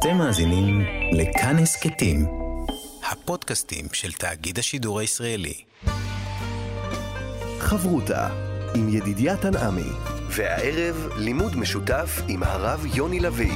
אתם מאזינים לכאן הסכתים, הפודקאסטים של תאגיד השידור הישראלי. חברותה עם ידידיה תנעמי, והערב לימוד משותף עם הרב יוני לוי.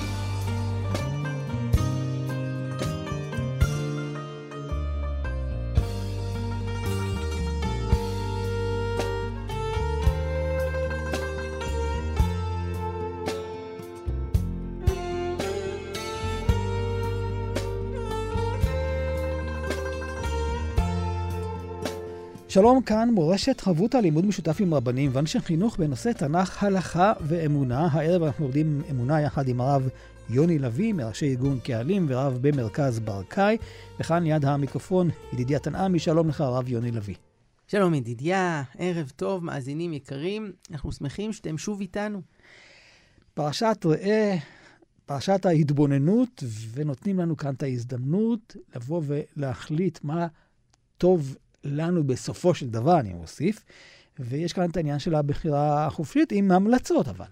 שלום, כאן מורשת חברותה, לימוד משותף עם רבנים ואנשי חינוך בנושא תנ"ך, הלכה ואמונה. הערב אנחנו לומדים אמונה יחד עם הרב יוני לוי, מראשי ארגון קהלים ורב במרכז ברקאי. וכאן ליד המיקרופון ידידיה תנעמי. שלום לך הרב יוני לוי. שלום ידידיה, ערב טוב, מאזינים יקרים. אנחנו שמחים שאתם שוב איתנו. פרשת ראה, פרשת ההתבוננות, ונותנים לנו כאן את ההזדמנות לבוא ולהחליט מה טוב לנו בסופו של דבר, אני מוסיף, ויש כאן את העניין של הבחירה החופשית עם המלצות, אבל.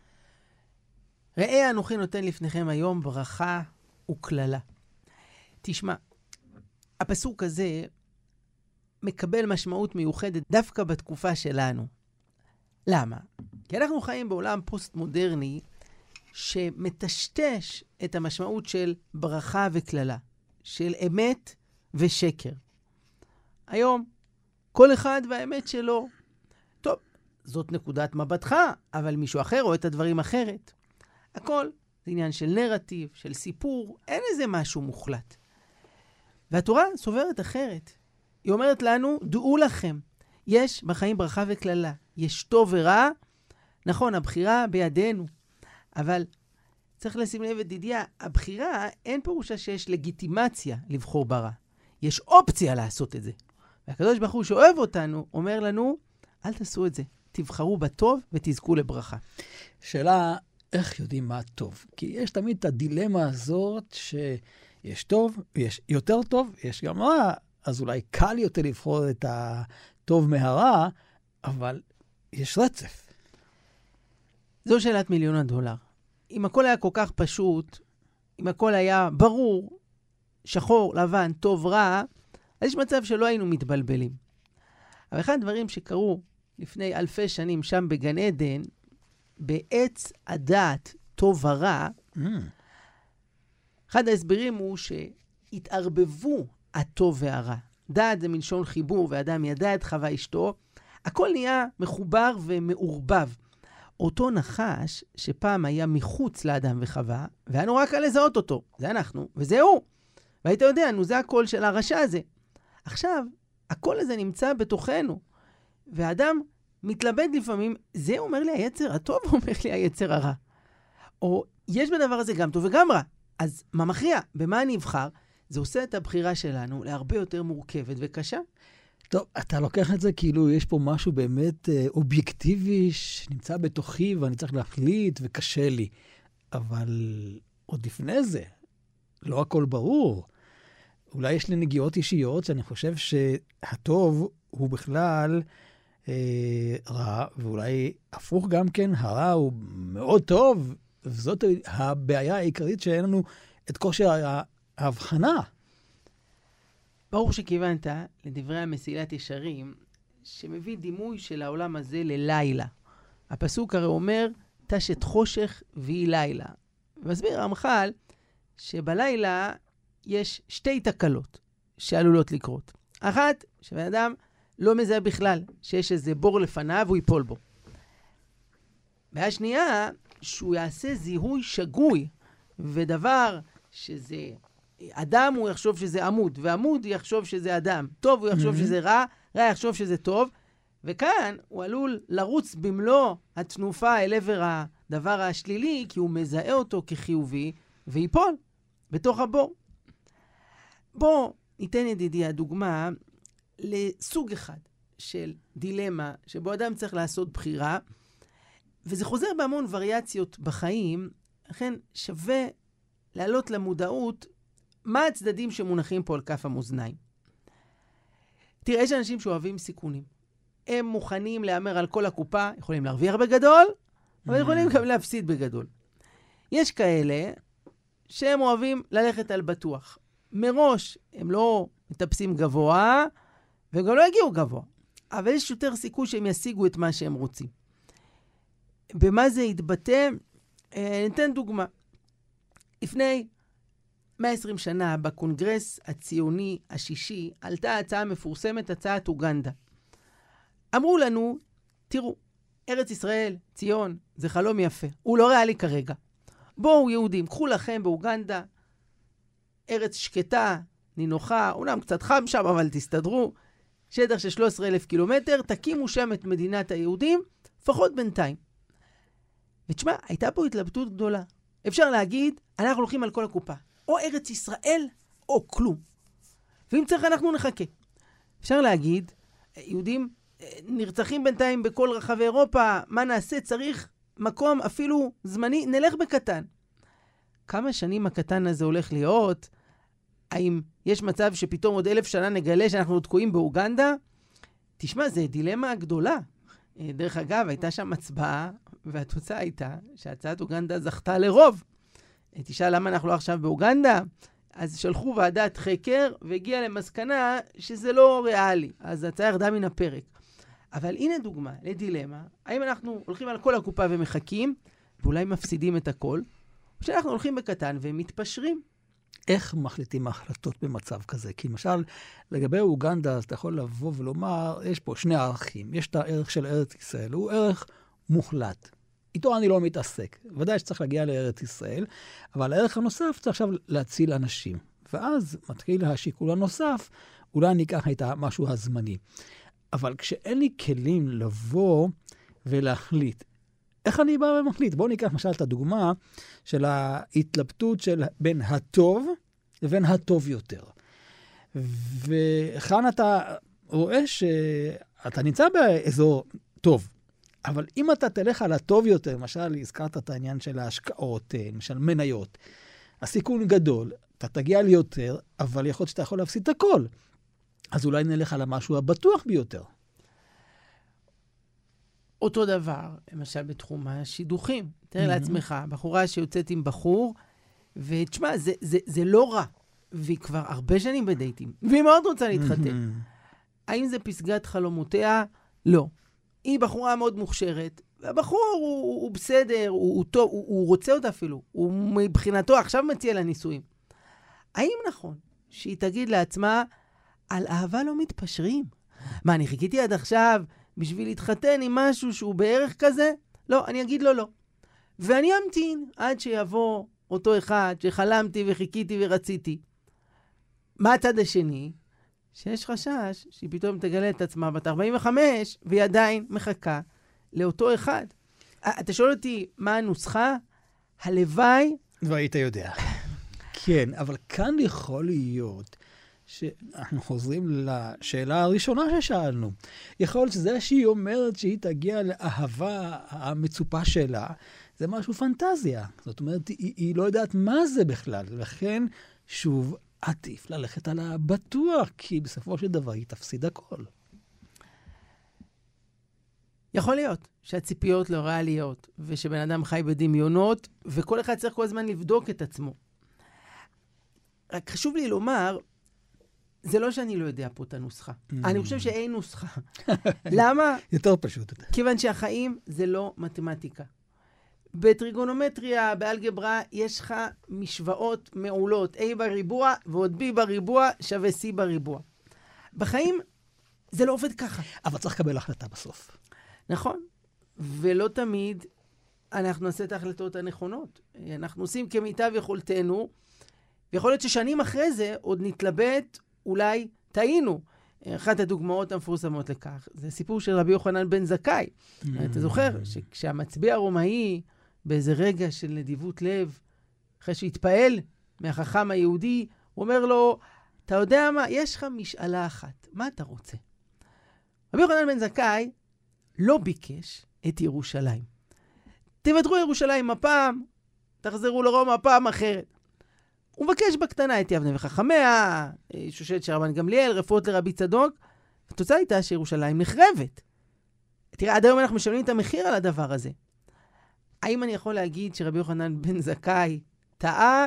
ראה אנוכי נותן לפניכם היום ברכה וכללה. תשמע, הפסוק הזה מקבל משמעות מיוחדת דווקא בתקופה שלנו. למה? כי אנחנו חיים בעולם פוסט-מודרני שמטשטש את המשמעות של ברכה וכללה, של אמת ושקר. היום, כל אחד והאמת שלו. טוב, זאת נקודת מבטך, אבל מישהו אחר רואה את הדברים אחרת. הכל זה עניין של נרטיב, של סיפור, אין איזה משהו מוחלט. והתורה סוברת אחרת. היא אומרת לנו, דעו לכם, יש בחיים ברכה וכללה. יש טוב ורע, נכון, הבחירה בידינו. אבל צריך לשים לב ידידיה, הבחירה אין פירושה שיש לגיטימציה לבחור ברע. יש אופציה לעשות את זה. והקדוש ברוך הוא שאוהב אותנו, אומר לנו, אל תעשו את זה. תבחרו בטוב ותזכו לברכה. שאלה, איך יודעים מה טוב? כי יש תמיד את הדילמה הזאת שיש טוב, יש יותר טוב, יש גם רע, אז אולי קל יותר לבחור את הטוב מהרע, אבל יש רצף. זו שאלת $1,000,000. אם הכל היה כל כך פשוט, אם הכל היה ברור, שחור, לבן, טוב, רע, אז יש מצב שלא היינו מתבלבלים. אבל אחד הדברים שקרו לפני אלפי שנים שם בגן עדן, בעץ הדעת טוב ורע, אחד ההסברים הוא שהתערבבו הטוב והרע. דעת זה מלשון חיבור, ואדם ידע את חווה אשתו, הכל נהיה מחובר ומעורבב. אותו נחש שפעם היה מחוץ לאדם וחווה, והיה נורא קל לזהות אותו. זה אנחנו, וזה הוא. והיית יודע, זה הקול של הרשע הזה. עכשיו, הקול הזה נמצא בתוכנו, והאדם מתלבט לפעמים, זה אומר לי היצר הטוב, או אומר לי היצר הרע. או יש בדבר הזה גם טוב וגם רע. אז מה מכריע? במה אני אבחר? זה עושה את הבחירה שלנו להרבה יותר מורכבת וקשה. טוב, אתה לוקח את זה כאילו יש פה משהו באמת אובייקטיבי שנמצא בתוכי ואני צריך להחליט וקשה לי. אבל עוד לפני זה, לא הכל ברור. אולי יש לי נגיעות אישיות שאני חושב שהטוב הוא בכלל רע, ואולי הפוך גם כן, הרע הוא מאוד טוב, וזאת הבעיה העיקרית שאין לנו את כושר ההבחנה. ברור שכיוונת לדברי המסילת ישרים, שמביא דימוי של העולם הזה ללילה. הפסוק הרי אומר, תשת חושך והיא לילה. ומסביר רמח"ל שבלילה יש שתי תקלות שעלולות לקרות. אחת, שבן אדם לא מזהה בכלל שיש איזה בור לפניו והוא ייפול בו. והשנייה, שהוא יעשה זיהוי שגוי, ודבר שזה אדם הוא יחשוב שזה עמוד, ועמוד יחשוב שזה אדם. טוב הוא יחשוב שזה רע, רע יחשוב שזה טוב, וכאן הוא עלול לרוץ במלוא התנופה אל עבר הדבר השלילי, כי הוא מזהה אותו כחיובי, ויפול בתוך הבור. בוא ניתן ידידי הדוגמה לסוג אחד של דילמה, שבו אדם צריך לעשות בחירה, וזה חוזר בהמון וריאציות בחיים, לכן שווה לעלות למודעות מה הצדדים שמונחים פה על כף המאזניים. תראה, יש אנשים שאוהבים סיכונים. הם מוכנים להמר על כל הקופה, יכולים להרוויח בגדול, אבל יכולים גם להפסיד בגדול. יש כאלה שהם אוהבים ללכת על בטוח. מראש הם לא מטפסים גבוה, וגם לא יגיעו גבוה. אבל יש יותר סיכוי שהם ישיגו את מה שהם רוצים. במה זה יתבטא? ניתן דוגמה. לפני 120 שנה בקונגרס הציוני השישי עלתה הצעה מפורסמת, הצעת אוגנדה. אמרו לנו, תראו, ארץ ישראל, ציון, זה חלום יפה. הוא לא ריאלי כרגע. בואו יהודים, קחו לכם באוגנדה, ארץ שקטה, נינוחה, אומנם קצת חם שם, אבל תסתדרו. שטח של 13,000 קילומטר, תקימו שם את מדינת היהודים, לפחות בינתיים. ותשמע, הייתה פה התלבטות גדולה. אפשר להגיד, אנחנו הולכים על כל הקופה. או ארץ ישראל, או כלום. ואם צריך, אנחנו נחכה. אפשר להגיד, יהודים נרצחים בינתיים בכל רחבי אירופה, מה נעשה? צריך מקום אפילו זמני, נלך בקטן. כמה שנים הקטן הזה הולך להיות? האם יש מצב שפתאום עוד 1,000 שנה נגלה שאנחנו תקועים באוגנדה? תשמע, זה דילמה גדולה. דרך אגב, הייתה שם הצבעה, והתוצאה הייתה שהצעת אוגנדה זכתה לרוב. תשאל למה אנחנו לא עכשיו באוגנדה? אז שלחו ועדת חקר והגיע למסקנה שזה לא ריאלי. אז ההצעה ירדה מן הפרק. אבל הנה דוגמה לדילמה. האם אנחנו הולכים על כל הקופה ומחכים, ואולי מפסידים את הכל, או שאנחנו הולכים בקטן ומתפשרים? איך מחליטים החלטות במצב כזה? כי למשל, לגבי אוגנדה, אז אתה יכול לבוא ולומר, יש פה שני ערכים. יש את הערך של ארץ ישראל, הוא ערך מוחלט. איתו אני לא מתעסק. ודאי שצריך להגיע לארץ ישראל, אבל הערך הנוסף צריך עכשיו להציל אנשים. ואז מתחיל השיקול הנוסף, אולי ניקח את המשהו הזמני. אבל כשאין לי כלים לבוא ולהחליט, איך אני בא ומחליט? בואו ניקח למשל את הדוגמה של ההתלבטות של בין הטוב לבין הטוב יותר. וכאן אתה רואה שאתה נמצא באזור טוב, אבל אם אתה תלך על הטוב יותר, למשל הזכרת את העניין של ההשקעות, למשל מניות, הסיכון גדול, אתה תגיע ליותר, אבל יכול להיות שאתה יכול להפסיד את הכל. אז אולי נלך על המשהו הבטוח ביותר. אותו דבר, למשל בתחום השידוכים. תראה לעצמך, בחורה שיוצאת עם בחור, ותשמע, זה לא רע. והיא כבר הרבה שנים בדייטים, והיא מאוד רוצה להתחתן. האם זה פסגת חלומותיה? לא. היא בחורה מאוד מוכשרת, והבחור הוא בסדר, הוא טוב, הוא רוצה אותה אפילו. הוא מבחינתו עכשיו מציע לנישואים. האם נכון שהיא תגיד לעצמה, על אהבה לא מתפשרים? מה, אני חיכיתי עד עכשיו בשביל להתחתן עם משהו שהוא בערך כזה? לא, אני אגיד לו לא. ואני אמתין עד שיבוא אותו אחד שחלמתי וחיכיתי ורציתי. מה הצד השני? שיש חשש שהיא פתאום תגלה את עצמה בת 45 והיא עדיין מחכה לאותו אחד. אתה שואל אותי מה הנוסחה? הלוואי? והיית יודע. כן, אבל כאן יכול להיות שאנחנו חוזרים לשאלה הראשונה ששאלנו. יכול להיות שזה שהיא אומרת שהיא תגיע לאהבה המצופה שלה, זה משהו פנטזיה. זאת אומרת, היא לא יודעת מה זה בכלל. לכן, שוב, עדיף ללכת על הבטוח, כי בסופו של דבר היא תפסיד הכל. יכול להיות שהציפיות לא ריאליות, ושבן אדם חי בדמיונות, וכל אחד צריך כל הזמן לבדוק את עצמו. רק חשוב לי לומר, זה לא שאני לא יודע פה את הנוסחה. אני חושב שאין נוסחה. למה? יותר פשוט. כיוון שהחיים זה לא מתמטיקה. בטריגונומטריה, באלגברה, יש לך משוואות מעולות. A בריבוע ועוד B בריבוע שווה C בריבוע. בחיים זה לא עובד ככה. אבל צריך לקבל החלטה בסוף. נכון. ולא תמיד אנחנו נעשה את ההחלטות הנכונות. אנחנו עושים כמיטב יכולתנו, ויכול להיות ששנים אחרי זה עוד נתלבט, אולי טעינו. אחת הדוגמאות המפורסמות לכך, זה סיפור של רבי יוחנן בן זכאי. אתה זוכר שכשהמצביע הרומאי, באיזה רגע של נדיבות לב, אחרי שהתפעל מהחכם היהודי, הוא אומר לו, אתה יודע מה? יש לך משאלה אחת. מה אתה רוצה? רבי יוחנן בן זכאי לא ביקש את ירושלים. תוותרו ירושלים הפעם, תחזרו לרומא פעם אחרת. הוא מבקש בקטנה את יבנה וחכמיה, שושלת של רבן גמליאל, רפואות לרבי צדוק. התוצאה הייתה שירושלים נחרבת. תראה, עד היום אנחנו משלמים את המחיר על הדבר הזה. האם אני יכול להגיד שרבי יוחנן בן זכאי טעה?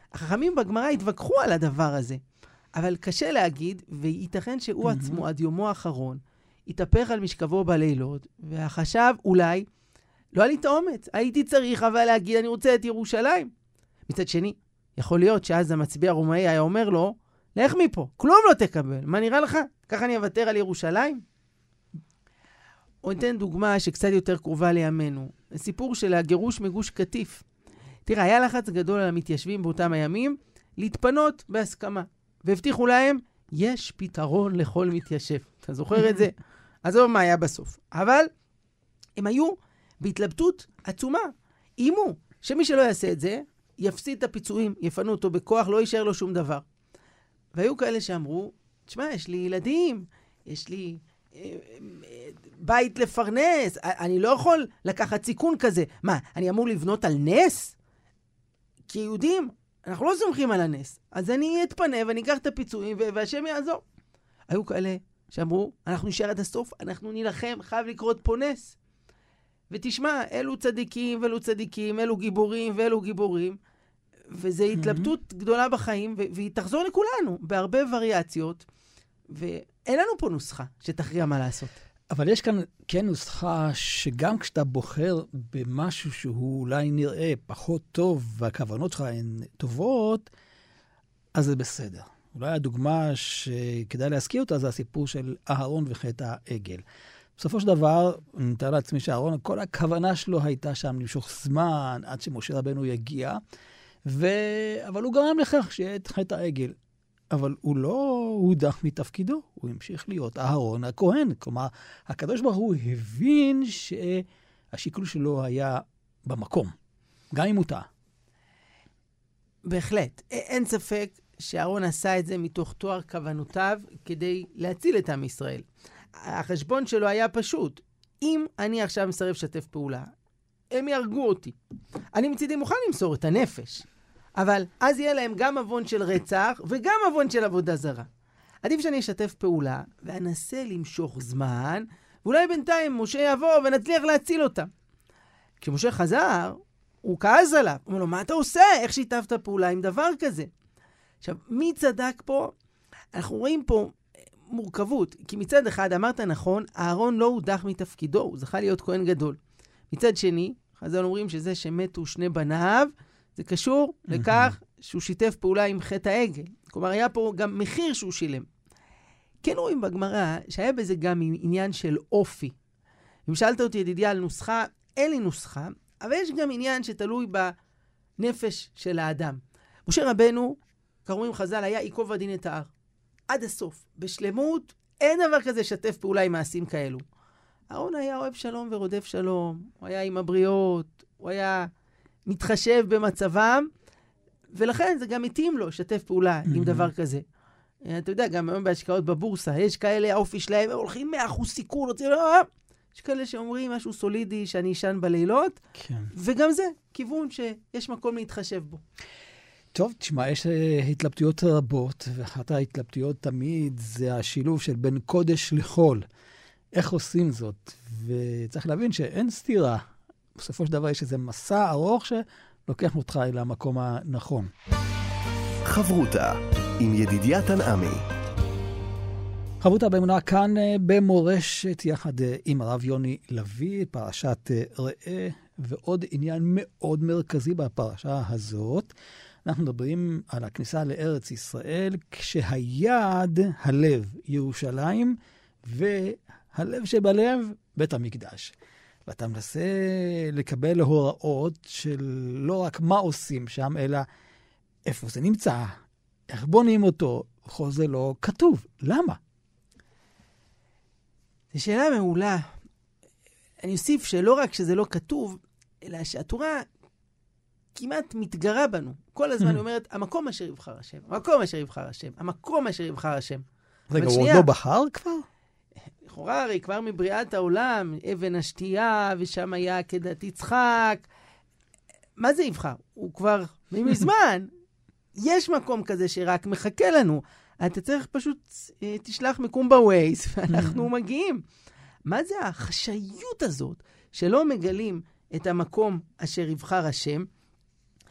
החכמים בגמרא התווכחו על הדבר הזה, אבל קשה להגיד, וייתכן שהוא עצמו עד יומו האחרון, התהפך על משכבו בלילות, והחשב אולי, לא היה לי את האומץ, הייתי צריך אבל להגיד, אני רוצה את ירושלים. מצד שני, יכול להיות שאז המצביע הרומאי היה אומר לו, לך מפה, כלום לא תקבל, מה נראה לך? ככה אני אוותר על ירושלים? או ניתן דוגמה שקצת יותר קרובה לימינו, הסיפור של הגירוש מגוש קטיף. תראה, היה לחץ גדול על המתיישבים באותם הימים, להתפנות בהסכמה, והבטיחו להם, יש פתרון לכל מתיישב. אתה זוכר את זה? עזוב מה היה בסוף. אבל הם היו בהתלבטות עצומה. אימו, שמי שלא יעשה את זה, יפסיד את הפיצויים, יפנו אותו בכוח, לא יישאר לו שום דבר. והיו כאלה שאמרו, תשמע, יש לי ילדים, יש לי בית לפרנס, אני לא יכול לקחת סיכון כזה. מה, אני אמור לבנות על נס? כי יהודים, אנחנו לא סומכים על הנס. אז אני אתפנה ואני אקח את הפיצויים והשם יעזור. היו כאלה שאמרו, אנחנו נשאר עד הסוף, אנחנו נלחם, חייב לקרות פה נס. ותשמע, אלו צדיקים ואלו צדיקים, אלו גיבורים ואלו גיבורים, וזו התלבטות גדולה בחיים, והיא תחזור לכולנו בהרבה וריאציות, ואין לנו פה נוסחה שתכריע מה לעשות. אבל יש כאן כן נוסחה שגם כשאתה בוחר במשהו שהוא אולי נראה פחות טוב, והכוונות שלך הן טובות, אז זה בסדר. אולי הדוגמה שכדאי להזכיר אותה זה הסיפור של אהרון וחטא העגל. בסופו של דבר, אני מתאר לעצמי שאהרון, כל הכוונה שלו הייתה שם למשוך זמן עד שמשה רבנו יגיע, אבל הוא גרם לכך שיהיה את חטא העגל. אבל הוא לא הודח מתפקידו, הוא המשיך להיות אהרון הכהן. כלומר, הקדוש ברוך הוא הבין שהשיקול שלו היה במקום, גם אם הוא טעה. בהחלט. אין ספק שאהרון עשה את זה מתוך תואר כוונותיו כדי להציל את עם ישראל. החשבון שלו היה פשוט. אם אני עכשיו מסרב לשתף פעולה, הם ירגו אותי. אני מצידי מוכן למסור את הנפש. אבל אז יהיה להם גם אבון של רצח וגם אבון של עבודה זרה. עדיף שאני אשתף פעולה ואנסה למשוך זמן, ואולי בינתיים משה יבוא ונצליח להציל אותם. כשמשה חזר, הוא כעס עליו. הוא אומר לו, מה אתה עושה? איך שיתפת פעולה עם דבר כזה? עכשיו, מי צדק פה? אנחנו רואים פה מורכבות, כי מצד אחד אמרת נכון, אהרון לא הודח מתפקידו, הוא זכה להיות כהן גדול. מצד שני, חז"ל אומרים שזה שמתו שני בניו, זה קשור לכך שהוא שיתף פעולה עם חטא העגל. כלומר, היה פה גם מחיר שהוא שילם. כן רואים בגמרא שהיה בזה גם עניין של אופי. אם שאלת אותי ידידיה על נוסחה, אין לי נוסחה, אבל יש גם עניין שתלוי בנפש של האדם. משה רבנו, כרואים חז"ל, היה ייקוב הדין את ההר. עד הסוף. בשלמות, אין דבר כזה שתף פעולה עם מעשים כאלו. אהרון היה אוהב שלום ורודף שלום, הוא היה עם הבריות, הוא היה מתחשב במצבם, ולכן זה גם מתאים לו שתף פעולה עם דבר כזה. אתה יודע, גם היום בהשקעות בבורסה, יש כאלה, האופי שלהם, הולכים 100% סיכון, יש כאלה שאומרים משהו סולידי שאני ישן בלילות, כן. וגם זה כיוון שיש מקום להתחשב בו. טוב, תשמע, יש התלבטויות רבות, ואחת ההתלבטויות תמיד זה השילוב של בין קודש לחול. איך עושים זאת? וצריך להבין שאין סתירה. בסופו של דבר יש איזה מסע ארוך שלוקח אותך אל המקום הנכון. חברותה עם ידידיה תנעמי. חברותה באמונה כאן במורשת יחד עם הרב יוני לוי, פרשת ראה, ועוד עניין מאוד מרכזי בפרשה הזאת. אנחנו מדברים על הכניסה לארץ ישראל, כשהיעד הלב ירושלים, והלב שבלב בית המקדש. ואתה מנסה לקבל הוראות של לא רק מה עושים שם, אלא איפה זה נמצא, איך בונים אותו, וכל זה לא כתוב. למה? זו שאלה מעולה. אני אוסיף שלא רק שזה לא כתוב, אלא שהתורה כמעט מתגרה בנו. כל הזמן היא אומרת, המקום אשר יבחר השם, המקום אשר יבחר השם, המקום אשר יבחר השם. רגע, הוא עוד לא בחר כבר? לכאורה, הרי כבר מבריאת העולם, אבן השתייה, ושם היה עקדת יצחק. מה זה יבחר? הוא כבר מזמן. יש מקום כזה שרק מחכה לנו. אתה צריך פשוט, תשלח מיקום בווייז, ואנחנו מגיעים. מה זה החשאיות הזאת, שלא מגלים את המקום אשר יבחר השם?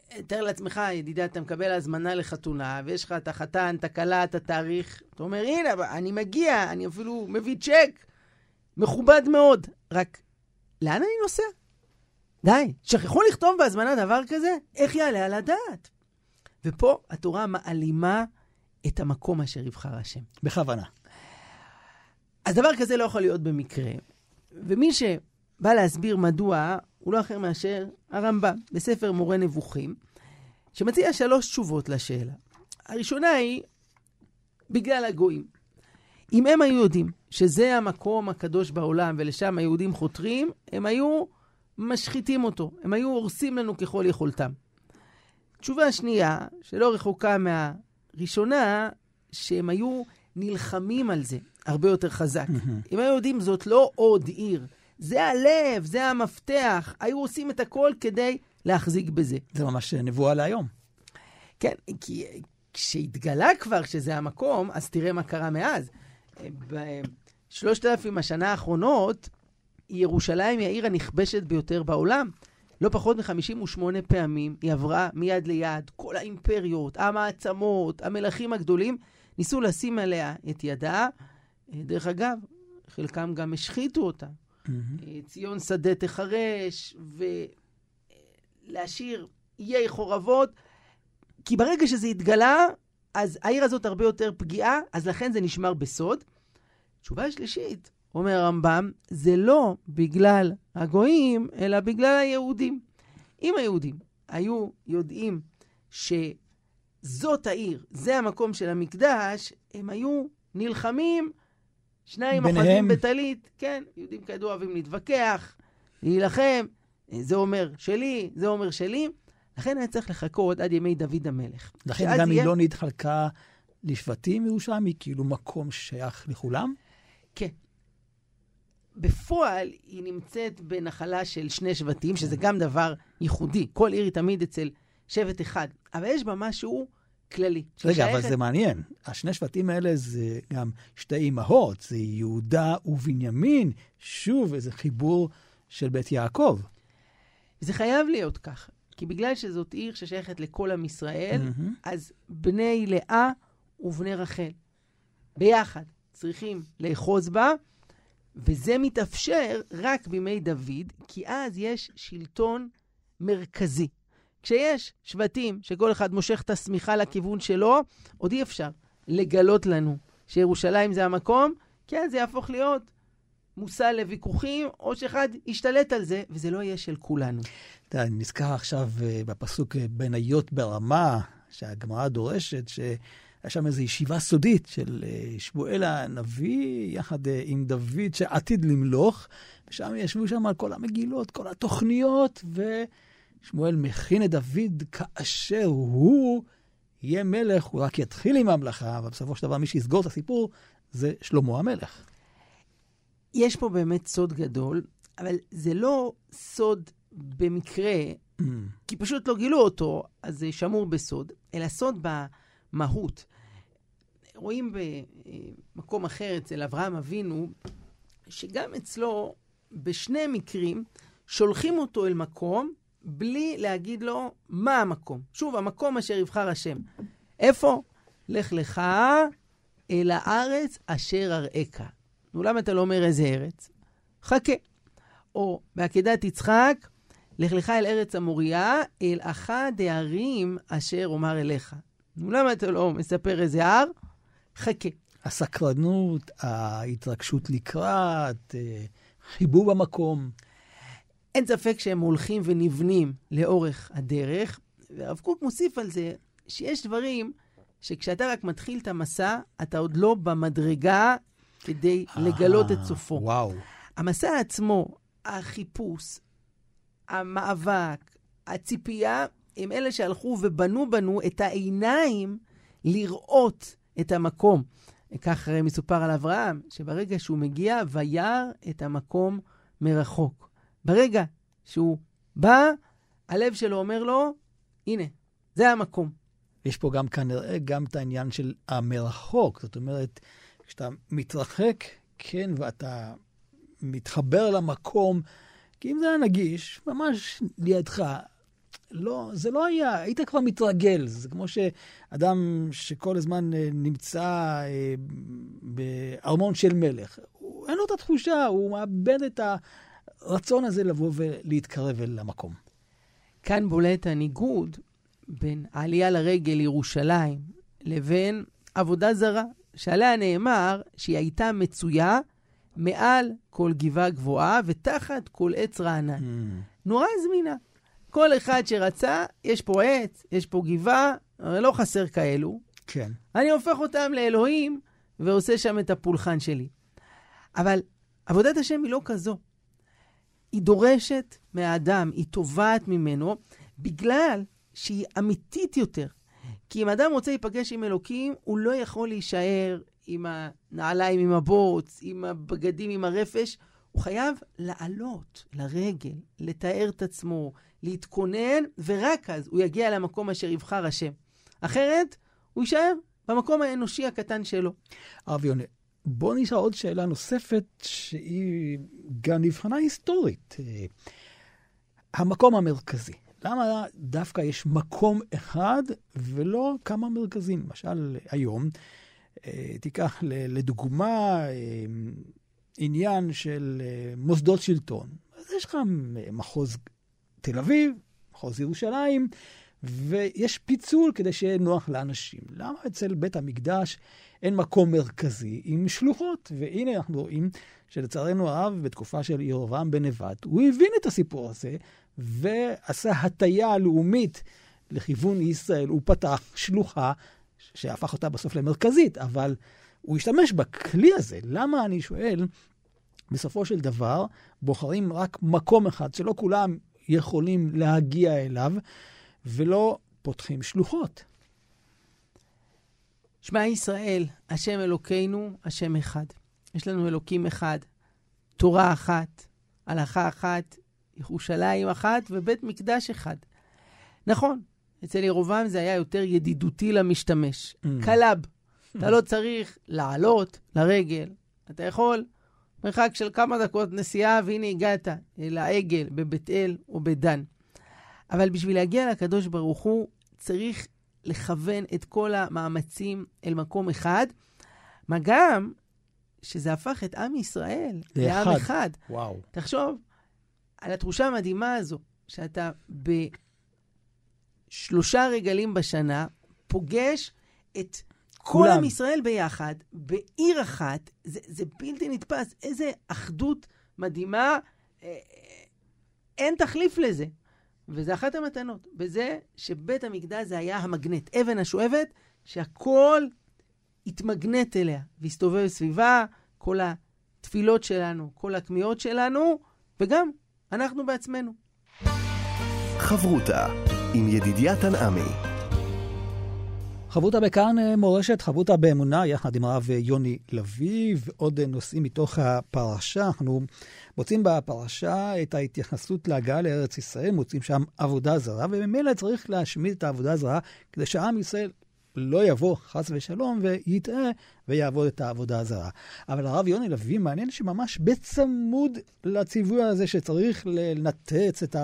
תאר לעצמך, ידידה, אתה מקבל הזמנה לחתונה, ויש לך את החתן, את הכלה, את התאריך. אתה אומר, הנה, אני מגיע, אני אפילו מביא צ'ק. מכובד מאוד. רק, לאן אני נוסע? די, שכחו לכתוב בהזמנה דבר כזה? איך יעלה על הדעת? ופה התורה מעלימה את המקום אשר יבחר השם. בכוונה. אז דבר כזה לא יכול להיות במקרה. ומי שבא להסביר מדוע, הוא לא אחר מאשר הרמב"ם, בספר מורה נבוכים, שמציע 3 תשובות לשאלה. הראשונה היא, בגלל הגויים. אם הם היו יודעים שזה המקום הקדוש בעולם, ולשם היהודים חותרים, הם היו משחיתים אותו. הם היו הורסים לנו ככל יכולתם. תשובה השנייה, שלא רחוקה מהראשונה, שהם היו נלחמים על זה הרבה יותר חזק. אם היו יודעים, זאת לא עוד עיר. זה הלב, זה המפתח. היו עושים את הכל כדי להחזיק בזה. זה ממש נבואה להיום. כן, כי כשהתגלה כבר שזה המקום, אז תראה מה קרה מאז. ב-3,000 השנה האחרונות, ירושלים היא העיר הנכבשת ביותר בעולם. לא פחות מ-58 פעמים היא עברה מיד ליד. כל האימפריות, המעצמות, המלכים הגדולים, ניסו לשים עליה את ידה. דרך אגב, חלקם גם השחיתו אותה. ציון שדה תחרש, ולהשאיר איי חורבות. כי ברגע שזה התגלה, אז העיר הזאת הרבה יותר פגיעה, אז לכן זה נשמר בסוד. תשובה שלישית, אומר הרמב"ם, זה לא בגלל הגויים, אלא בגלל היהודים. אם היהודים היו יודעים שזאת העיר, זה המקום של המקדש, הם היו נלחמים, 2 אחדים בטלית, כן, יהודים כידוע אוהבים להתווכח, להילחם, זה אומר שלי, זה אומר שלי, לכן היה צריך לחכות עד ימי דוד המלך. לכן גם היא לא נתחלקה לשבטים ירושלים, היא כאילו מקום שייך לכולם? כן. בפועל היא נמצאת בנחלה של 2 שבטים, שזה גם דבר ייחודי. כל עיר היא תמיד אצל שבט אחד. אבל יש בה משהו כללי. רגע, אבל זה מעניין. 2 שבטים האלה זה גם 2 אמהות. זה יהודה ובנימין. שוב, איזה חיבור של בית יעקב. זה חייב להיות כך. כי בגלל שזאת עיר ששייכת לכל עם ישראל, אז בני לאה ובני רחל ביחד צריכים לאחוז בה, וזה מתאפשר רק בימי דוד, כי אז יש שלטון מרכזי. כשיש שבטים שכל אחד מושך את השמיכה לכיוון שלו, עוד אי אפשר לגלות לנו שירושלים זה המקום, כן, זה יהפוך להיות מושא לוויכוחים, או שאחד ישתלט על זה, וזה לא יהיה של כולנו. אני נזכר עכשיו בפסוק בניות ברמה, שהגמרא דורשת, שהיה שם איזו ישיבה סודית של שמואל הנביא, יחד עם דוד שעתיד למלוך, ושם ישבו שם על כל המגילות, כל התוכניות, ושמואל מכין את דוד כאשר הוא יהיה מלך, הוא רק יתחיל עם המלאכה, אבל בסופו של דבר מי שיסגור את הסיפור זה שלמה המלך. יש פה באמת סוד גדול, אבל זה לא סוד במקרה, כי פשוט לא גילו אותו, אז זה שמור בסוד, אלא סוד במהות. רואים במקום אחר אצל אברהם אבינו, שגם אצלו, בשני מקרים, שולחים אותו אל מקום, בלי להגיד לו מה המקום. שוב, המקום אשר יבחר השם. איפה? לך לך אל הארץ אשר אראך. נו, למה אתה לא אומר איזה ארץ? חכה. או בעקדת יצחק, לך לך אל ארץ המוריה, אל אחד הערים אשר אומר אליך. נו, למה אתה לא מספר איזה הר? חכה. הסקרנות, ההתרגשות לקראת, חיבור במקום. אין ספק שהם הולכים ונבנים לאורך הדרך, והרב קוק מוסיף על זה שיש דברים שכשאתה רק מתחיל את המסע, אתה עוד לא במדרגה כדי לגלות את סופו. וואו. המסע עצמו, החיפוש, המאבק, הציפייה, הם אלה שהלכו ובנו בנו את העיניים לראות את המקום. כך מסופר על אברהם, שברגע שהוא מגיע, וירא את המקום מרחוק. ברגע שהוא בא, הלב שלו אומר לו, הנה, זה המקום. יש פה גם כנראה גם את העניין של המרחוק. זאת אומרת, כשאתה מתרחק, כן, ואתה מתחבר למקום, כי אם זה היה נגיש, ממש לידך, לא, זה לא היה, היית כבר מתרגל. זה כמו שאדם שכל הזמן נמצא בארמון של מלך. אין לו את התחושה, הוא מאבד את הרצון הזה לבוא ולהתקרב אל המקום. כאן בולט הניגוד בין העלייה לרגל לירושלים לבין עבודה זרה, שעליה נאמר שהיא הייתה מצויה מעל כל גבעה גבוהה ותחת כל עץ רענן. נורא זמינה. כל אחד שרצה, יש פה עץ, יש פה גבעה, לא חסר כאלו. כן. אני הופך אותם לאלוהים ועושה שם את הפולחן שלי. אבל עבודת השם היא לא כזו. היא דורשת מהאדם, היא תובעת ממנו, בגלל שהיא אמיתית יותר. כי אם אדם רוצה להיפגש עם אלוקים, הוא לא יכול להישאר עם הנעליים, עם הבוץ, עם הבגדים, עם הרפש. הוא חייב לעלות לרגל, לתאר את עצמו, להתכונן, ורק אז הוא יגיע למקום אשר יבחר השם. אחרת, הוא יישאר במקום האנושי הקטן שלו. הרב יונה, בוא נשאל עוד שאלה נוספת, שהיא גם נבחנה היסטורית. המקום המרכזי. למה דווקא יש מקום אחד ולא כמה מרכזים? למשל, היום, תיקח לדוגמה עניין של מוסדות שלטון. אז יש לך מחוז תל אביב, מחוז ירושלים, ויש פיצול כדי שיהיה נוח לאנשים. למה אצל בית המקדש אין מקום מרכזי עם שלוחות? והנה אנחנו רואים שלצערנו הרב, בתקופה של ירבעם בן נבט, הוא הבין את הסיפור הזה, ועשה הטיה לאומית לכיוון ישראל. הוא פתח שלוחה שהפך אותה בסוף למרכזית, אבל הוא השתמש בכלי הזה. למה, אני שואל, בסופו של דבר בוחרים רק מקום אחד, שלא כולם יכולים להגיע אליו, ולא פותחים שלוחות? שמע ישראל, השם אלוקינו, השם אחד. יש לנו אלוקים אחד, תורה אחת, הלכה אחת, ירושלים אחת ובית מקדש אחד. נכון, אצל ירבעם זה היה יותר ידידותי למשתמש. קלאב. אתה לא צריך לעלות לרגל. אתה יכול מרחק של כמה דקות נסיעה, והנה הגעת לעגל בבית אל או בדן. אבל בשביל להגיע לקדוש ברוך הוא, צריך לכוון את כל המאמצים אל מקום אחד, מה גם שזה הפך את עם ישראל לעם אחד. וואו. תחשוב על התחושה המדהימה הזו, שאתה ב3 רגלים בשנה פוגש את כל עם ישראל ביחד, בעיר אחת. זה בלתי נתפס. איזה אחדות מדהימה, אין תחליף לזה. וזה אחת המתנות, בזה שבית המקדש זה היה המגנט, אבן השואבת, שהכל התמגנט אליה, והסתובב סביבה, כל התפילות שלנו, כל הכמיהות שלנו, וגם אנחנו בעצמנו. חברותה עם ידידיה תנעמי. חברותה בכאן מורשת, חברותה באמונה, יחד עם הרב יוני לוי, ועוד נושאים מתוך הפרשה. אנחנו מוצאים בפרשה את ההתייחסות להגעה לארץ ישראל, מוצאים שם עבודה זרה, ובמילא צריך להשמיד את העבודה הזרה, כדי שעם ישראל לא יבוא חס ושלום ויטעה ויעבוד את העבודה הזרה. אבל הרב יוני לוי מעניין שממש בצמוד לציווי הזה שצריך לנתץ את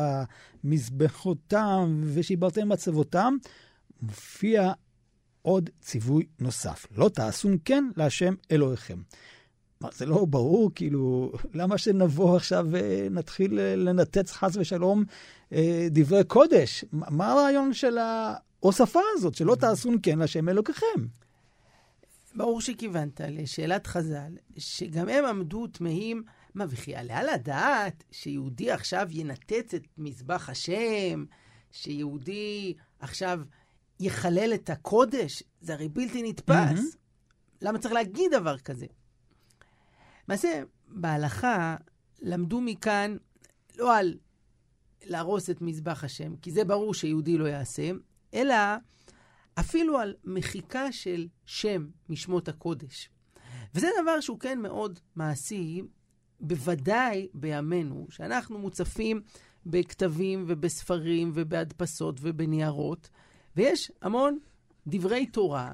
המזבחותם ושיברתם מצבותם, מופיע עוד ציווי נוסף. לא תעשון כן להשם אלוהיכם. זה לא ברור, כאילו, למה שנבוא עכשיו ונתחיל לנתץ חס ושלום דברי קודש? מה הרעיון של ההוספה הזאת, שלא תעשון כן להשם אלוהיכם? ברור שכיוונת לשאלת חז"ל, שגם הם עמדו תמהים, מה וכי עליה לדעת שיהודי עכשיו ינתץ את מזבח השם, שיהודי עכשיו יחלל את הקודש? זה הרי בלתי נתפס. למה צריך להגיד דבר כזה? מעשה, בהלכה למדו מכאן לא על להרוס את מזבח השם, כי זה ברור שיהודי לא יעשה, אלא אפילו על מחיקה של שם משמות הקודש. וזה דבר שהוא כן מאוד מעשי, בוודאי בימינו, שאנחנו מוצפים בכתבים ובספרים ובהדפסות ובניירות, ויש המון דברי תורה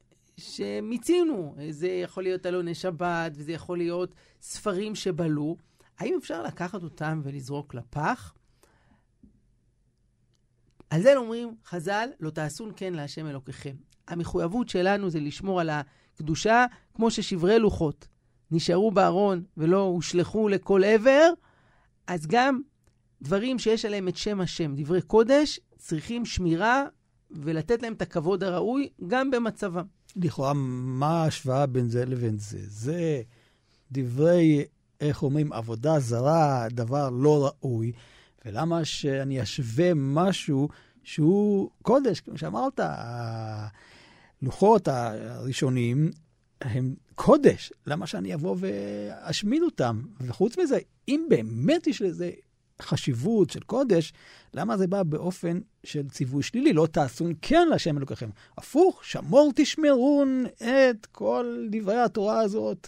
שמיצינו. זה יכול להיות אלוני שבת, וזה יכול להיות ספרים שבלו. האם אפשר לקחת אותם ולזרוק לפח? על זה אומרים חז"ל, לא תעשון כן להשם אלוקיכם. המחויבות שלנו זה לשמור על הקדושה, כמו ששברי לוחות נשארו בארון ולא הושלחו לכל עבר, אז גם דברים שיש עליהם את שם השם, דברי קודש, צריכים שמירה ולתת להם את הכבוד הראוי גם במצבם. לכאורה, מה ההשוואה בין זה לבין זה? זה דברי, איך אומרים, עבודה זרה, דבר לא ראוי, ולמה שאני אשווה משהו שהוא קודש, כמו שאמרת, הלוחות הראשונים הם קודש, למה שאני אבוא ואשמיד אותם? וחוץ מזה, אם באמת יש לזה חשיבות של קודש, למה זה בא באופן של ציווי שלילי? לא תעשון כן להשם אלוקיכם. הפוך, שמור תשמרון את כל דברי התורה הזאת.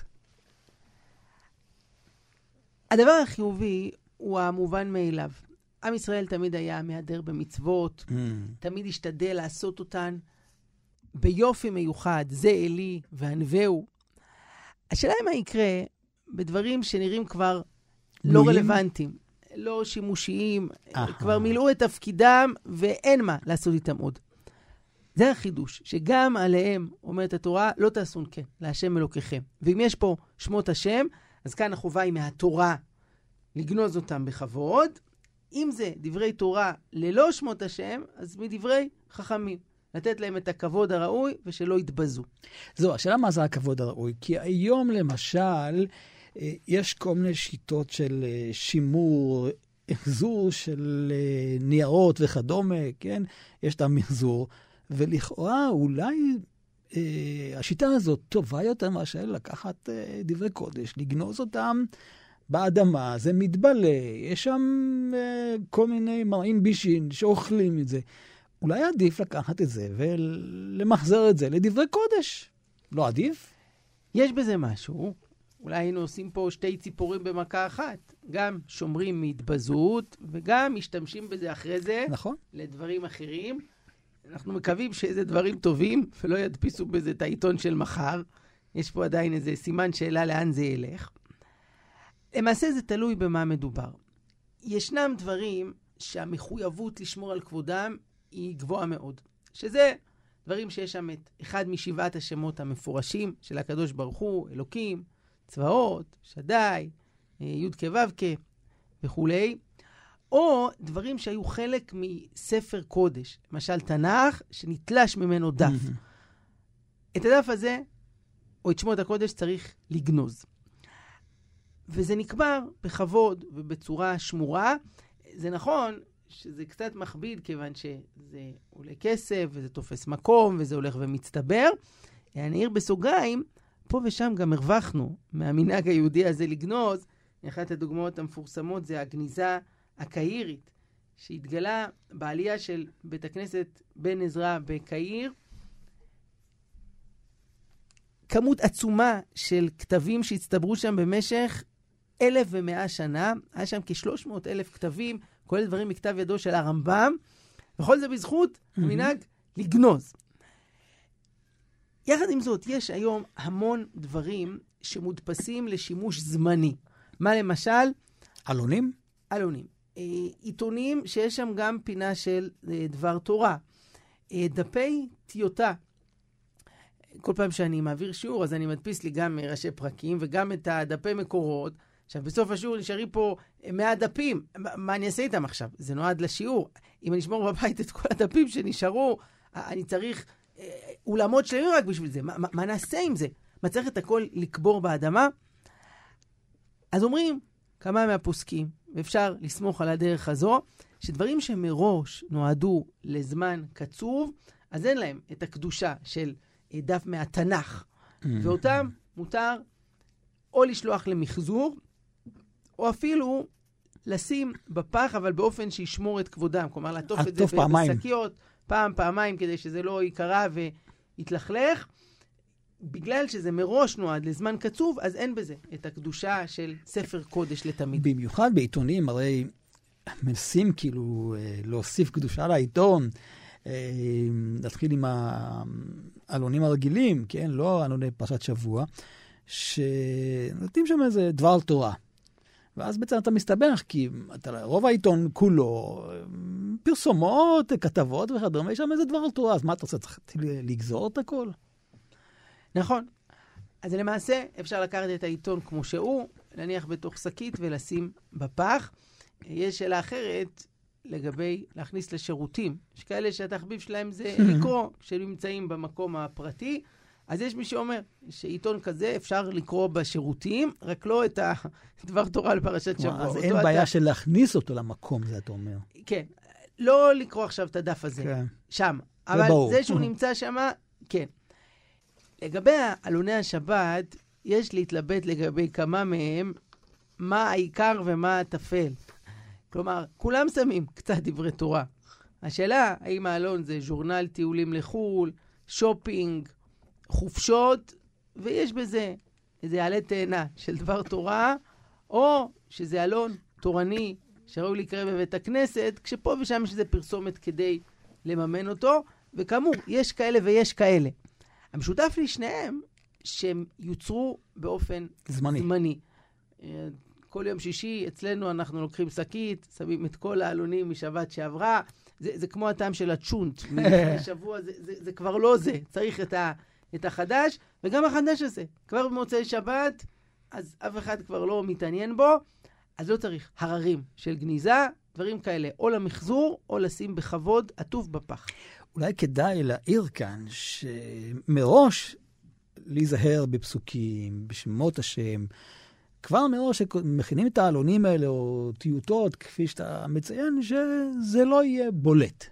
הדבר החיובי הוא המובן מאליו. עם ישראל תמיד היה מהדר במצוות, תמיד השתדל לעשות אותן ביופי מיוחד, זה אלי וענווהו. השאלה היא מה יקרה בדברים שנראים כבר לא רלוונטיים, לא שימושיים, כבר מילאו את תפקידם ואין מה לעשות איתם עוד. זה החידוש, שגם עליהם אומרת התורה, לא תעשון כן להשם אלוקיכם. ואם יש פה שמות השם, אז כאן החובה היא מהתורה לגנוז אותם בכבוד. אם זה דברי תורה ללא שמות השם, אז מדברי חכמים. לתת להם את הכבוד הראוי ושלא יתבזו. זו, השאלה מה זה הכבוד הראוי? כי היום למשל, יש כל מיני שיטות של שימור, החזור של ניירות וכדומה, כן? יש את המחזור, ולכאורה אולי השיטה הזאת טובה יותר מאשר לקחת דברי קודש, לגנוז אותם באדמה, זה מתבלה, יש שם כל מיני מרעים בישין שאוכלים את זה. אולי עדיף לקחת את זה ולמחזר את זה לדברי קודש. לא עדיף? יש בזה משהו. אולי היינו עושים פה שתי ציפורים במכה אחת. גם שומרים מהתבזות, וגם משתמשים בזה אחרי זה. נכון. לדברים אחרים. אנחנו מקווים שזה דברים טובים, ולא ידפיסו בזה את העיתון של מחר. יש פה עדיין איזה סימן שאלה לאן זה ילך. למעשה זה תלוי במה מדובר. ישנם דברים שהמחויבות לשמור על כבודם היא גבוהה מאוד. שזה דברים שיש שם את אחד משבעת השמות המפורשים של הקדוש ברוך הוא, אלוקים, צבאות, שדי, י' כו' וכו'. או דברים שהיו חלק מספר קודש, למשל תנ"ך, שנתלש ממנו דף. את הדף הזה, או את שמות הקודש, צריך לגנוז. וזה נקבר בכבוד ובצורה שמורה. זה נכון שזה קצת מכביד, כיוון שזה עולה כסף, וזה תופס מקום, וזה הולך ומצטבר. אני אעיר בסוגריים, פה ושם גם הרווחנו מהמנהג היהודי הזה לגנוז. אחת הדוגמאות המפורסמות זה הגניזה הקהירית, שהתגלה בעלייה של בית הכנסת בן עזרא בקהיר. כמות עצומה של כתבים שהצטברו שם במשך 1,100 שנה. היה שם כ-300,000 כתבים, כולל דברים מכתב ידו של הרמב"ם, וכל זה בזכות המנהג לגנוז. יחד עם זאת, יש היום המון דברים שמודפסים לשימוש זמני. מה למשל? עלונים? עלונים. עיתונים שיש שם גם פינה של דבר תורה. דפי טיוטה. כל פעם שאני מעביר שיעור, אז אני מדפיס לי גם ראשי פרקים וגם את הדפי מקורות. עכשיו, בסוף השיעור נשארי פה 100 דפים. מה אני אעשה איתם עכשיו? זה נועד לשיעור. אם אני אשמור בבית את כל הדפים שנשארו, אני צריך אולמות שלמים רק בשביל זה. מה נעשה עם זה? מה צריך את הכל לקבור באדמה? אז אומרים כמה מהפוסקים, ואפשר לסמוך על הדרך הזו, שדברים שמראש נועדו לזמן קצוב, אז אין להם את הקדושה של דף מהתנ"ך. ואותם מותר או לשלוח למחזור, או אפילו לשים בפח, אבל באופן שישמור את כבודם. כלומר, לעטוף את זה בשקיות, פעמיים, כדי שזה לא יקרה ויתלכלך. בגלל שזה מראש נועד לזמן קצוב, אז אין בזה את הקדושה של ספר קודש לתמיד. במיוחד בעיתונים, הרי מנסים כאילו להוסיף קדושה לעיתון, נתחיל עם העלונים הרגילים, כן? לא עלוני פרשת שבוע, שנותנים שם איזה דבר תורה. ואז בעצם אתה מסתבך, כי רוב העיתון כולו, פרסומות, כתבות וכדומה, יש שם איזה דבר תורה, אז מה אתה רוצה, צריך לגזור את הכל? נכון. אז למעשה אפשר לקחת את העיתון כמו שהוא, להניח בתוך שקית ולשים בפח. יש שאלה אחרת לגבי להכניס לשירותים. יש כאלה שהתחביב שלהם זה לקרוא, שנמצאים במקום הפרטי. אז יש מי שאומר שעיתון כזה אפשר לקרוא בשירותים, רק לא את הדבר תורה לפרשת שבוע. אז אין בעיה של להכניס אותו למקום, זה אתה אומר. כן. לא לקרוא עכשיו את הדף הזה. שם. אבל זה שהוא נמצא שם, כן. לגבי עלוני השבת, יש להתלבט לגבי כמה מהם, מה העיקר ומה הטפל. כלומר, כולם שמים קצת דברי תורה. השאלה, האם העלון זה ז'ורנל טיולים לחול, שופינג, חופשות, ויש בזה איזה עלה תאנה של דבר תורה, או שזה עלון תורני שראוי להיקרא בבית הכנסת, כשפה ושם יש איזה פרסומת כדי לממן אותו, וכאמור, יש כאלה ויש כאלה. המשותף לשניהם, שהם יוצרו באופן זמני. כל יום שישי אצלנו אנחנו לוקחים שקית, שמים את כל העלונים משבת שעברה, זה כמו הטעם של הצ'ונט, שבוע, זה כבר לא זה, צריך את החדש, וגם החדש הזה, כבר במוצאי שבת, אז אף אחד כבר לא מתעניין בו, אז לא צריך הררים של גניזה, דברים כאלה, או למחזור, או לשים בכבוד עטוף בפח. אולי כדאי להעיר כאן שמראש להיזהר בפסוקים, בשמות השם, כבר מראש שמכינים את העלונים האלה או טיוטות, כפי שאתה מציין, שזה לא יהיה בולט.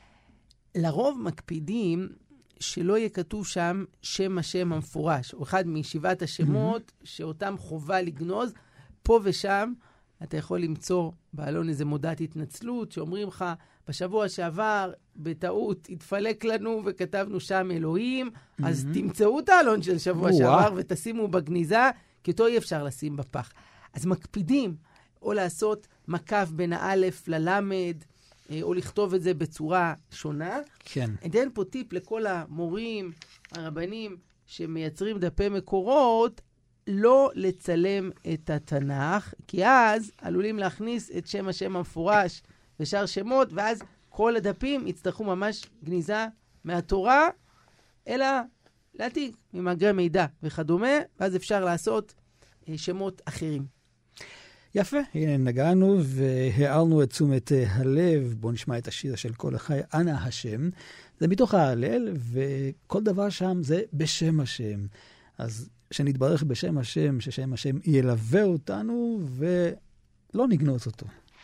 לרוב מקפידים שלא יהיה כתוב שם שם השם המפורש, או אחד משבעת השמות שאותם חובה לגנוז. פה ושם אתה יכול למצוא בעלון איזה מודעת התנצלות, שאומרים לך, בשבוע שעבר בטעות התפלק לנו וכתבנו שם אלוהים, אז תמצאו את העלון של שבוע שעבר ותשימו בגניזה, כי אותו אי אפשר לשים בפח. אז מקפידים או לעשות מקף בין האלף ללמד, או לכתוב את זה בצורה שונה. כן. אתן פה טיפ לכל המורים, הרבנים, שמייצרים דפי מקורות, לא לצלם את התנ"ך, כי אז עלולים להכניס את שם השם המפורש ושאר שמות, ואז כל הדפים יצטרכו ממש גניזה מהתורה, אלא להעתיק ממאגרי מידע וכדומה, ואז אפשר לעשות שמות אחרים. יפה, הנה נגענו והערנו את תשומת הלב. בואו נשמע את השיר של כל החי, אנא השם. זה מתוך ההלל, וכל דבר שם זה בשם השם. אז שנתברך בשם השם, ששם השם ילווה אותנו ולא נגנוז אותו.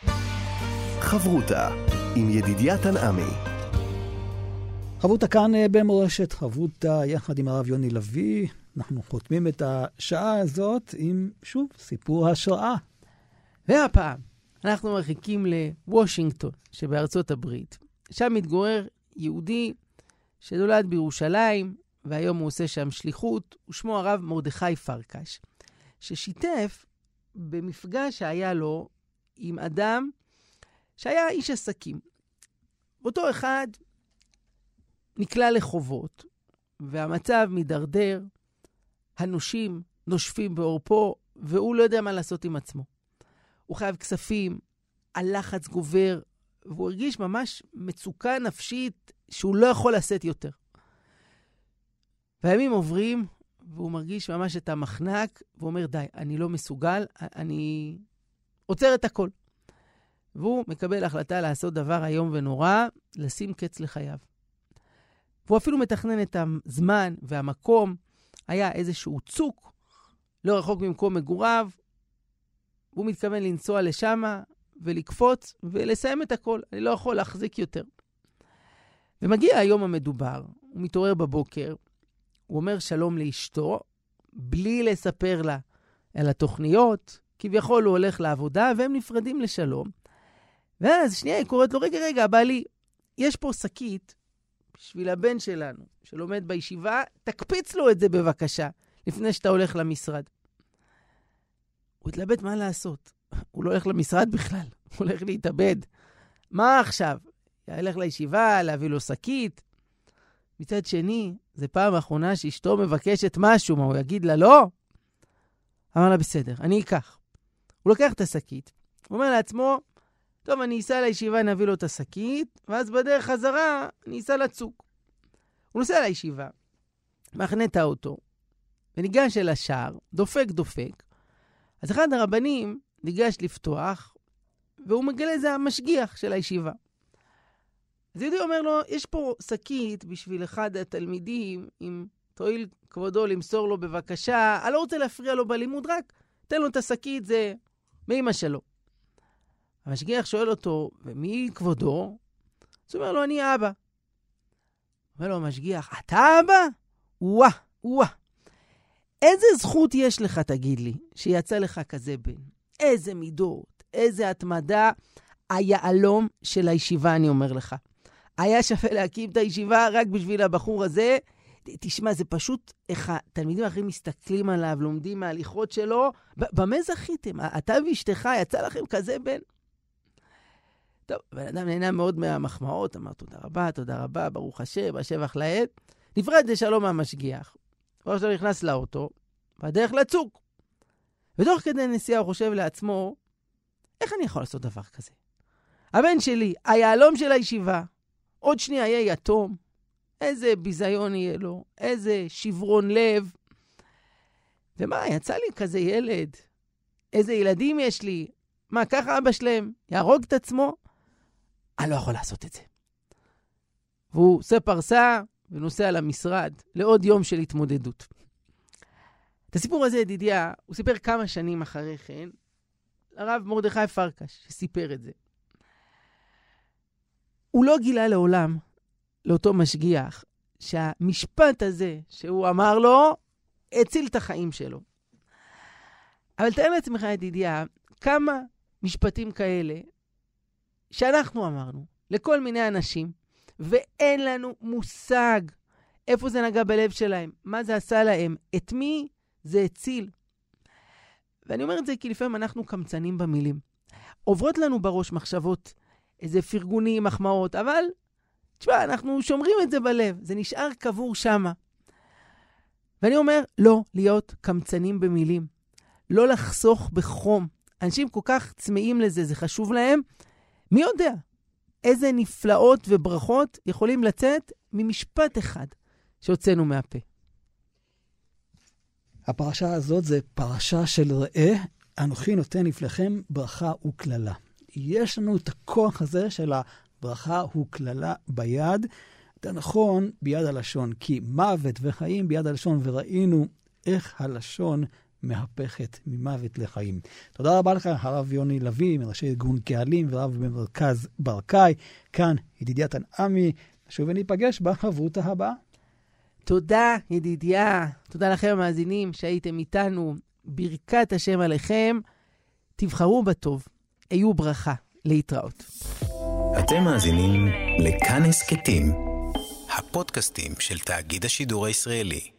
חברותה עם ידידיה תנעמי. חברותה כאן במורשת, חברותה יחד עם הרב יוני לוי. אנחנו חותמים את השעה הזאת עם, שוב, סיפור השראה. והפעם אנחנו מרחיקים לוושינגטון שבארצות הברית. שם מתגורר יהודי שנולד בירושלים, והיום הוא עושה שם שליחות, ושמו הרב מרדכי פרקש, ששיתף במפגש שהיה לו עם אדם שהיה איש עסקים. אותו אחד נקלע לחובות, והמצב מדרדר, הנושים נושפים בעורפו, והוא לא יודע מה לעשות עם עצמו. הוא חייב כספים, הלחץ גובר, והוא הרגיש ממש מצוקה נפשית שהוא לא יכול לשאת יותר. והימים עוברים, והוא מרגיש ממש את המחנק, והוא אומר, די, אני לא מסוגל, אני עוצר את הכל. והוא מקבל החלטה לעשות דבר איום ונורא, לשים קץ לחייו. והוא אפילו מתכנן את הזמן והמקום, היה איזשהו צוק, לא רחוק ממקום מגוריו, והוא מתכוון לנסוע לשם ולקפוץ ולסיים את הכל. אני לא יכול להחזיק יותר. ומגיע היום המדובר, הוא מתעורר בבוקר, הוא אומר שלום לאשתו, בלי לספר לה על התוכניות, כביכול הוא הולך לעבודה, והם נפרדים לשלום. ואז שנייה היא קוראת לו, רגע, בעלי, יש פה שקית בשביל הבן שלנו, שלומד בישיבה, תקפיץ לו את זה בבקשה, לפני שאתה הולך למשרד. הוא התלבט מה לעשות. הוא לא הולך למשרד בכלל, הוא הולך להתאבד. מה עכשיו? ילך לישיבה, להביא לו שקית. מצד שני, זה פעם האחרונה שאשתו מבקשת משהו, מה הוא יגיד לה לא? אמר לה בסדר, אני אקח. הוא לוקח את השקית, הוא אומר לעצמו, טוב, אני אסע לישיבה, נביא לו את השקית, ואז בדרך חזרה, אני אסע לצוק. הוא נוסע לישיבה, מחנה את האוטו, וניגש אל השער, דופק. אז אחד הרבנים ניגש לפתוח, והוא מגלה זה המשגיח של הישיבה. אז יהודי אומר לו, יש פה שקית בשביל אחד התלמידים, אם תועיל כבודו למסור לו בבקשה, אני לא רוצה להפריע לו בלימוד, רק תן לו את השקית, זה מאמא שלו. המשגיח שואל אותו, ומי כבודו? אז הוא אומר לו, אני אבא. אומר לו המשגיח, אתה אבא? וואה. איזה זכות יש לך, תגיד לי, שיצא לך כזה בן? איזה מידות, איזה התמדה, היעלום של הישיבה, אני אומר לך. היה שווה להקים את הישיבה רק בשביל הבחור הזה. תשמע, זה פשוט איך התלמידים האחרים מסתכלים עליו, לומדים מההליכות שלו. במה זכיתם? אתה ואשתך, יצא לכם כזה בן? טוב, בן אדם נהנה מאוד מהמחמאות, אמר תודה רבה, ברוך השם, השבח לאל. נפרד לשלום מהמשגיח. הוא עכשיו נכנס לאוטו, בדרך לצוק. ותוך כדי נסיעה הוא חושב לעצמו, איך אני יכול לעשות דבר כזה? הבן שלי, היעלום של הישיבה, עוד שנייה יהיה יתום, איזה ביזיון יהיה לו, איזה שברון לב. ומה, יצא לי כזה ילד, איזה ילדים יש לי, מה, ככה אבא שלהם יהרוג את עצמו? אני לא יכול לעשות את זה. והוא עושה פרסה ונוסע למשרד לעוד יום של התמודדות. את הסיפור הזה, ידידיה, הוא סיפר כמה שנים אחרי כן, הרב מרדכי פרקש, שסיפר את זה. הוא לא גילה לעולם, לאותו משגיח, שהמשפט הזה שהוא אמר לו, הציל את החיים שלו. אבל תאר לעצמך, ידידיה, כמה משפטים כאלה, שאנחנו אמרנו, לכל מיני אנשים, ואין לנו מושג איפה זה נגע בלב שלהם, מה זה עשה להם, את מי זה הציל. ואני אומר את זה כי לפעמים אנחנו קמצנים במילים. עוברות לנו בראש מחשבות, איזה פרגונים, מחמאות, אבל תשמע, אנחנו שומרים את זה בלב, זה נשאר קבור שמה. ואני אומר, לא להיות קמצנים במילים, לא לחסוך בחום. אנשים כל כך צמאים לזה, זה חשוב להם. מי יודע איזה נפלאות וברכות יכולים לצאת ממשפט אחד שהוצאנו מהפה. הפרשה הזאת זה פרשה של ראה, אנוכי נותן לפניכם ברכה וכללה. יש לנו את הכוח הזה של הברכה וכללה ביד, זה נכון ביד הלשון, כי מוות וחיים ביד הלשון, וראינו איך הלשון מהפכת ממוות לחיים. תודה רבה לך, הרב יוני לוי, מראשי ארגון קהלים ורב במרכז ברקאי. כאן ידידיה תנעמי, שוב וניפגש בחברותה הבאה. תודה ידידיה, תודה לכם המאזינים שהייתם איתנו. ברכת השם עליכם, תבחרו בטוב, היו ברכה, להתראות. אתם מאזינים לכאן הסכתים, הפודקאסטים של תאגיד השידור הישראלי.